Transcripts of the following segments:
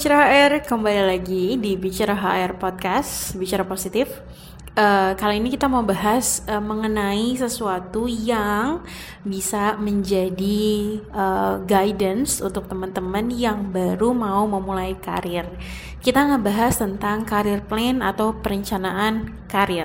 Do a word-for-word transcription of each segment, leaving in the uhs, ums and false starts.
Bicara H R, kembali lagi di Bicara H R Podcast, Bicara Positif. Uh, kali ini kita mau bahas uh, mengenai sesuatu yang bisa menjadi uh, guidance untuk teman-teman yang baru mau memulai karir. Kita ngebahas tentang career plan atau perencanaan karir.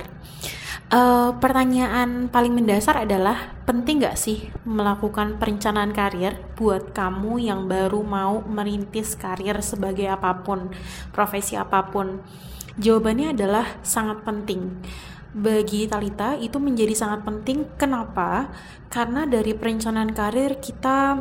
Uh, pertanyaan paling mendasar adalah, penting gak sih melakukan perencanaan karir buat kamu yang baru mau merintis karir sebagai apapun, profesi apapun? Jawabannya adalah sangat penting. Bagi Talita itu menjadi sangat penting. Kenapa? Karena dari perencanaan karir kita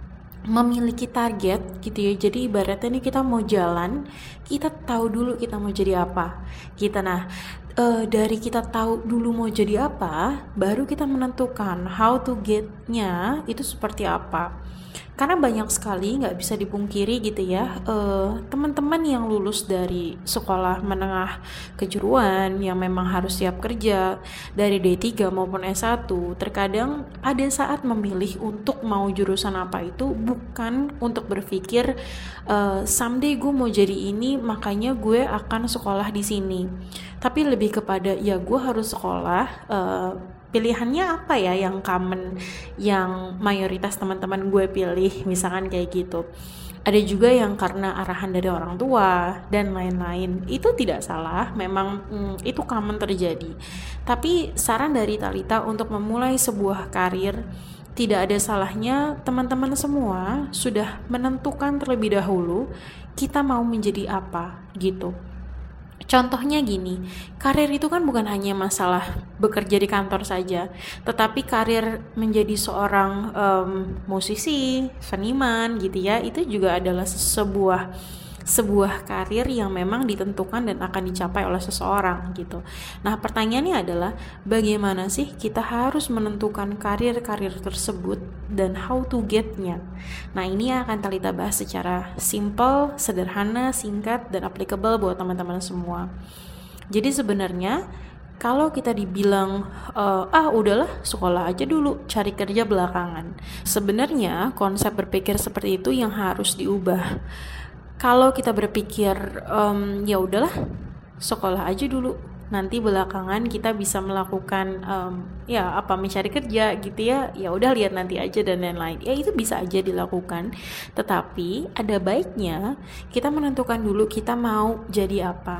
memiliki target gitu ya. Jadi ibaratnya nih kita mau jalan, kita tahu dulu kita mau jadi apa. Kita nah Uh, dari kita tahu dulu mau jadi apa, baru kita menentukan how to get-nya itu seperti apa. Karena banyak sekali, nggak bisa dipungkiri gitu ya, uh, teman-teman yang lulus dari sekolah menengah kejuruan yang memang harus siap kerja dari D tiga maupun S satu, terkadang ada saat memilih untuk mau jurusan apa itu bukan untuk berpikir uh, someday gue mau jadi ini, makanya gue akan sekolah di sini. Tapi lebih kepada ya gue harus sekolah, uh, pilihannya apa ya yang common, yang mayoritas teman-teman gue pilih, misalkan kayak gitu. Ada juga yang karena arahan dari orang tua dan lain-lain. Itu tidak salah, memang hmm, itu common terjadi. Tapi saran dari Talita untuk memulai sebuah karir, tidak ada salahnya teman-teman semua sudah menentukan terlebih dahulu kita mau menjadi apa gitu. Contohnya gini, karir itu kan bukan hanya masalah bekerja di kantor saja, tetapi karir menjadi seorang um, musisi, seniman gitu ya, itu juga adalah sebuah sebuah karir yang memang ditentukan dan akan dicapai oleh seseorang gitu. Nah, pertanyaannya adalah bagaimana sih kita harus menentukan karir-karir tersebut dan how to get-nya. Nah, ini akan Talita bahas secara simple, sederhana, singkat, dan applicable buat teman-teman semua. Jadi sebenarnya kalau kita dibilang uh, ah udahlah sekolah aja dulu, cari kerja belakangan. Sebenarnya konsep berpikir seperti itu yang harus diubah. Kalau kita berpikir um, ya udahlah sekolah aja dulu, nanti belakangan kita bisa melakukan um, ya apa mencari kerja gitu ya, ya udah lihat nanti aja dan lain-lain. Ya itu bisa aja dilakukan, tetapi ada baiknya kita menentukan dulu kita mau jadi apa.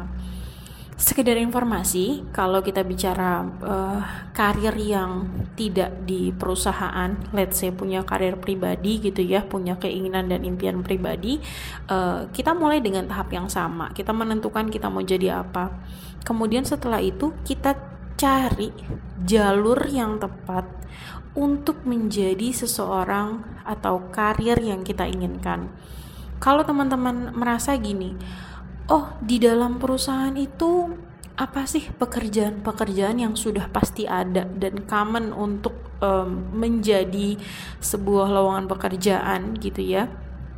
Sekedar informasi, kalau kita bicara uh, karir yang tidak di perusahaan, let's say punya karir pribadi gitu ya, punya keinginan dan impian pribadi, uh, kita mulai dengan tahap yang sama. Kita menentukan kita mau jadi apa. Kemudian setelah itu kita cari jalur yang tepat untuk menjadi seseorang atau karir yang kita inginkan. Kalau teman-teman merasa gini, oh di dalam perusahaan itu apa sih pekerjaan-pekerjaan yang sudah pasti ada dan common untuk um, menjadi sebuah lowongan pekerjaan gitu ya,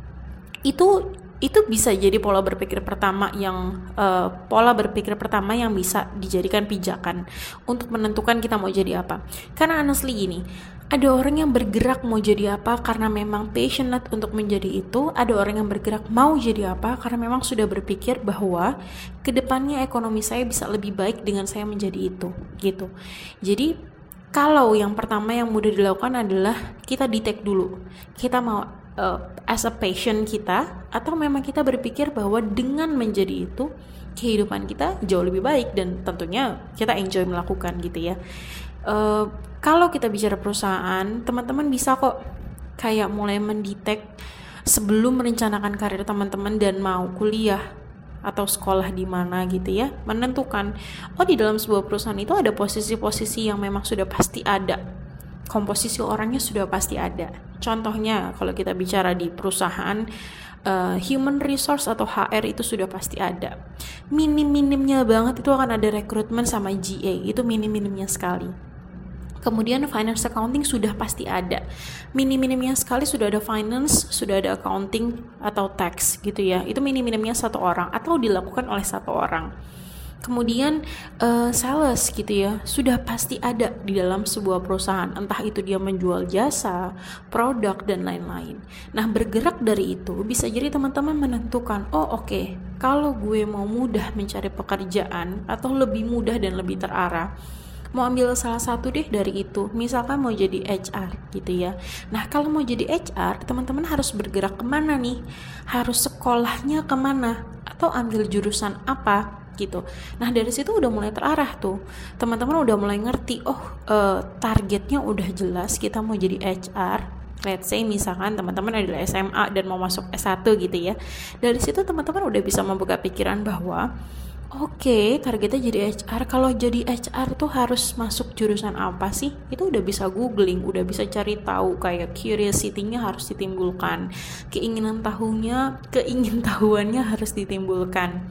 itu itu bisa jadi pola berpikir pertama yang uh, pola berpikir pertama yang bisa dijadikan pijakan untuk menentukan kita mau jadi apa. Karena honestly gini, ada orang yang bergerak mau jadi apa karena memang passionate untuk menjadi itu, ada orang yang bergerak mau jadi apa karena memang sudah berpikir bahwa kedepannya ekonomi saya bisa lebih baik dengan saya menjadi itu gitu. Jadi kalau yang pertama yang mudah dilakukan adalah kita detect dulu kita mau Uh, as a passion kita, atau memang kita berpikir bahwa dengan menjadi itu kehidupan kita jauh lebih baik dan tentunya kita enjoy melakukan gitu ya. Uh, kalau kita bicara perusahaan, teman-teman bisa kok kayak mulai mendetek sebelum merencanakan karir teman-teman dan mau kuliah atau sekolah di mana gitu ya, menentukan oh di dalam sebuah perusahaan itu ada posisi-posisi yang memang sudah pasti ada, komposisi orangnya sudah pasti ada. Contohnya kalau kita bicara di perusahaan, uh, human resource atau H R itu sudah pasti ada. Minim-minimnya banget itu akan ada rekrutmen sama G A, itu minim-minimnya sekali. Kemudian finance accounting sudah pasti ada. Minim-minimnya sekali sudah ada finance, sudah ada accounting atau tax gitu ya. Itu minim-minimnya satu orang atau dilakukan oleh satu orang. Kemudian uh, sales gitu ya, sudah pasti ada di dalam sebuah perusahaan, entah itu dia menjual jasa, produk, dan lain-lain. Nah, bergerak dari itu bisa jadi teman-teman menentukan, oh oke, okay, kalau gue mau mudah mencari pekerjaan atau lebih mudah dan lebih terarah, mau ambil salah satu deh dari itu, misalkan mau jadi H R gitu ya. Nah, kalau mau jadi H R, teman-teman harus bergerak kemana nih? Harus sekolahnya kemana? Atau ambil jurusan apa? Gitu. Nah, dari situ udah mulai terarah tuh. Teman-teman udah mulai ngerti, oh uh, targetnya udah jelas, kita mau jadi H R. Let's say misalkan teman-teman adalah S M A dan mau masuk S satu gitu ya. Dari situ teman-teman udah bisa membuka pikiran bahwa oke, okay, targetnya jadi H R. Kalau jadi H R tuh harus masuk jurusan apa sih? Itu udah bisa googling, udah bisa cari tahu, kayak curiosity-nya harus ditimbulkan. Keinginan tahunya, keingin tahuannya harus ditimbulkan.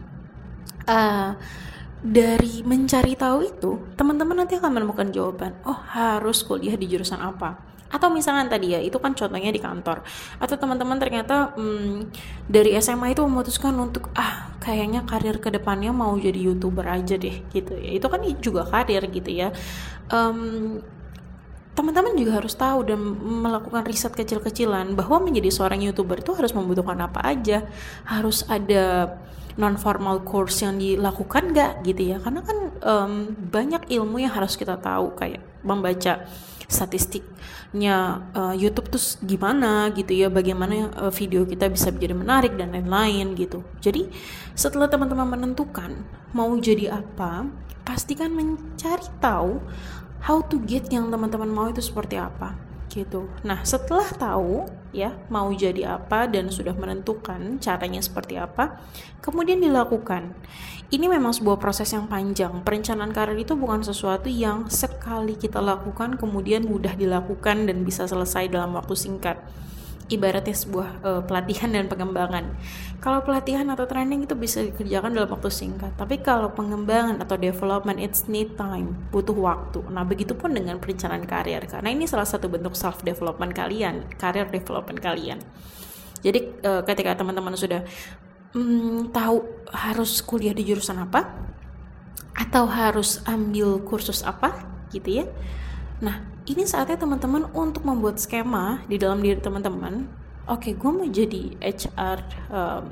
Uh, dari mencari tahu itu, teman-teman nanti akan menemukan jawaban. Oh, harus kuliah di jurusan apa? Atau misalkan tadi ya, itu kan contohnya di kantor. Atau teman-teman ternyata hmm, dari S M A itu memutuskan untuk ah kayaknya karir kedepannya mau jadi YouTuber aja deh gitu ya. Itu kan juga karir gitu ya. Um, teman-teman juga harus tahu dan melakukan riset kecil-kecilan bahwa menjadi seorang YouTuber itu harus membutuhkan apa aja. Harus ada non formal course yang dilakukan nggak gitu ya, karena kan um, banyak ilmu yang harus kita tahu, kayak membaca statistiknya uh, YouTube tuh gimana gitu ya, bagaimana uh, video kita bisa menjadi menarik dan lain-lain gitu. Jadi setelah teman-teman menentukan mau jadi apa, pastikan mencari tahu how to get yang teman-teman mau itu seperti apa gitu. Nah, setelah tahu ya mau jadi apa dan sudah menentukan caranya seperti apa, kemudian dilakukan. Ini memang sebuah proses yang panjang. Perencanaan karir itu bukan sesuatu yang sekali kita lakukan kemudian mudah dilakukan dan bisa selesai dalam waktu singkat. Ibaratnya sebuah uh, pelatihan dan pengembangan. Kalau pelatihan atau training itu bisa dikerjakan dalam waktu singkat, tapi kalau pengembangan atau development it's need time, butuh waktu. Nah, begitupun dengan perencanaan karir, karena ini salah satu bentuk self development kalian, career development kalian. Jadi uh, ketika teman-teman sudah um, tahu harus kuliah di jurusan apa atau harus ambil kursus apa gitu ya. Nah, ini saatnya teman-teman untuk membuat skema di dalam diri teman-teman. Oke, okay, gue mau jadi H R um,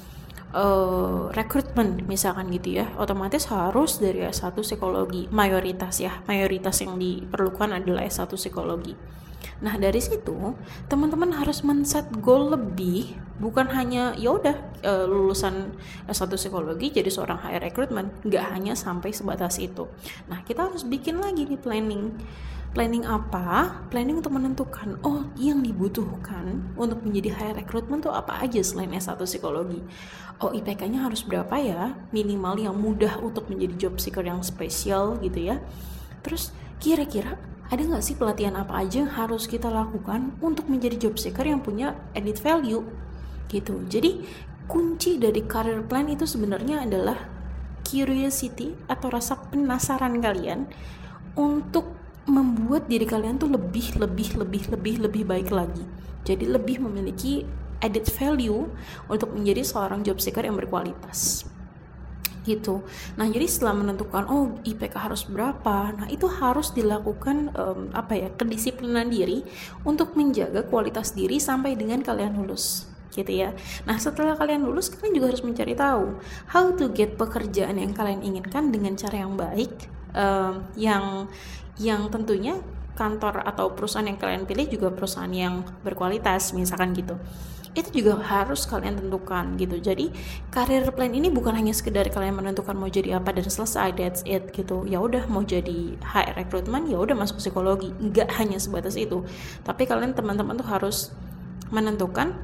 uh, recruitment misalkan gitu ya. Otomatis harus dari S satu psikologi, mayoritas ya. Mayoritas yang diperlukan adalah S satu psikologi. Nah, dari situ teman-teman harus men-set goal lebih, bukan hanya ya udah uh, lulusan S satu psikologi jadi seorang H R recruitment, nggak hanya sampai sebatas itu. Nah, kita harus bikin lagi nih planning. Planning apa? Planning untuk menentukan, oh yang dibutuhkan untuk menjadi H R recruitment tuh apa aja selain S satu psikologi. Oh, I P K-nya harus berapa ya? Minimal yang mudah untuk menjadi job seeker yang spesial gitu ya. Terus kira-kira ada nggak sih pelatihan apa aja yang harus kita lakukan untuk menjadi job seeker yang punya added value gitu. Jadi kunci dari career plan itu sebenarnya adalah curiosity atau rasa penasaran kalian untuk membuat diri kalian tuh lebih lebih lebih lebih lebih baik lagi. Jadi lebih memiliki added value untuk menjadi seorang job seeker yang berkualitas gitu. Nah, jadi setelah menentukan oh I P K harus berapa, nah itu harus dilakukan um, apa ya kedisiplinan diri untuk menjaga kualitas diri sampai dengan kalian lulus gitu ya. Nah, setelah kalian lulus, kalian juga harus mencari tahu how to get pekerjaan yang kalian inginkan dengan cara yang baik, um, yang yang tentunya kantor atau perusahaan yang kalian pilih juga perusahaan yang berkualitas misalkan gitu. Itu juga harus kalian tentukan gitu. Jadi career plan ini bukan hanya sekedar kalian menentukan mau jadi apa dan selesai, that's it gitu. Ya udah mau jadi H R recruitment, ya udah masuk psikologi. Enggak hanya sebatas itu. Tapi kalian teman-teman tuh harus menentukan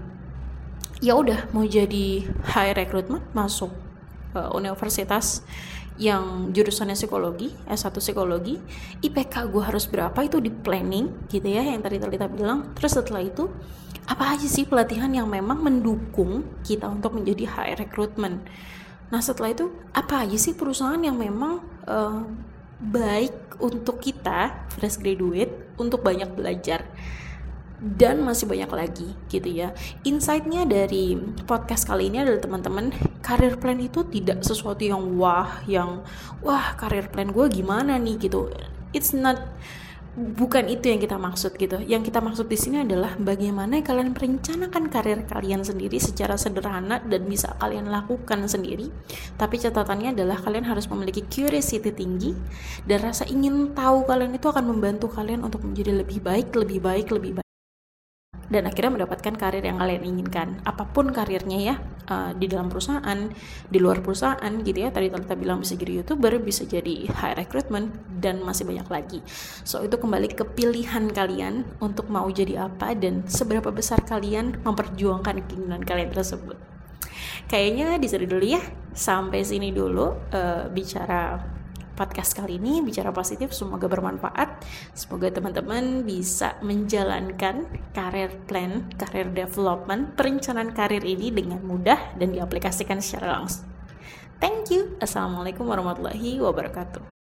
ya udah mau jadi H R recruitment, masuk uh, universitas yang jurusannya psikologi, S satu psikologi, I P K gue harus berapa itu di planning gitu ya, yang tadi Talita bilang. Terus setelah itu apa aja sih pelatihan yang memang mendukung kita untuk menjadi H R recruitment. Nah, setelah itu apa aja sih perusahaan yang memang uh, baik untuk kita fresh graduate untuk banyak belajar. dan masih banyak lagi gitu ya. Insight-nya dari podcast kali ini adalah teman-teman, career plan itu tidak sesuatu yang wah, yang wah career plan gue gimana nih gitu. It's not, bukan itu yang kita maksud gitu. Yang kita maksud di sini adalah bagaimana kalian merencanakan karir kalian sendiri secara sederhana dan bisa kalian lakukan sendiri. Tapi catatannya adalah kalian harus memiliki curiosity tinggi dan rasa ingin tahu kalian itu akan membantu kalian untuk menjadi lebih baik, lebih baik, lebih baik. Dan akhirnya mendapatkan karir yang kalian inginkan, apapun karirnya ya, uh, di dalam perusahaan, di luar perusahaan gitu ya. Tadi Talita bilang bisa jadi YouTuber, bisa jadi high recruitment, dan masih banyak lagi. So itu kembali ke pilihan kalian untuk mau jadi apa dan seberapa besar kalian memperjuangkan keinginan kalian tersebut. Kayaknya disini dulu ya, sampai sini dulu uh, bicara podcast kali ini, bicara positif. Semoga bermanfaat, semoga teman-teman bisa menjalankan karir plan, karir development, perencanaan karir ini dengan mudah dan diaplikasikan secara langsung. Thank you. Assalamualaikum warahmatullahi wabarakatuh.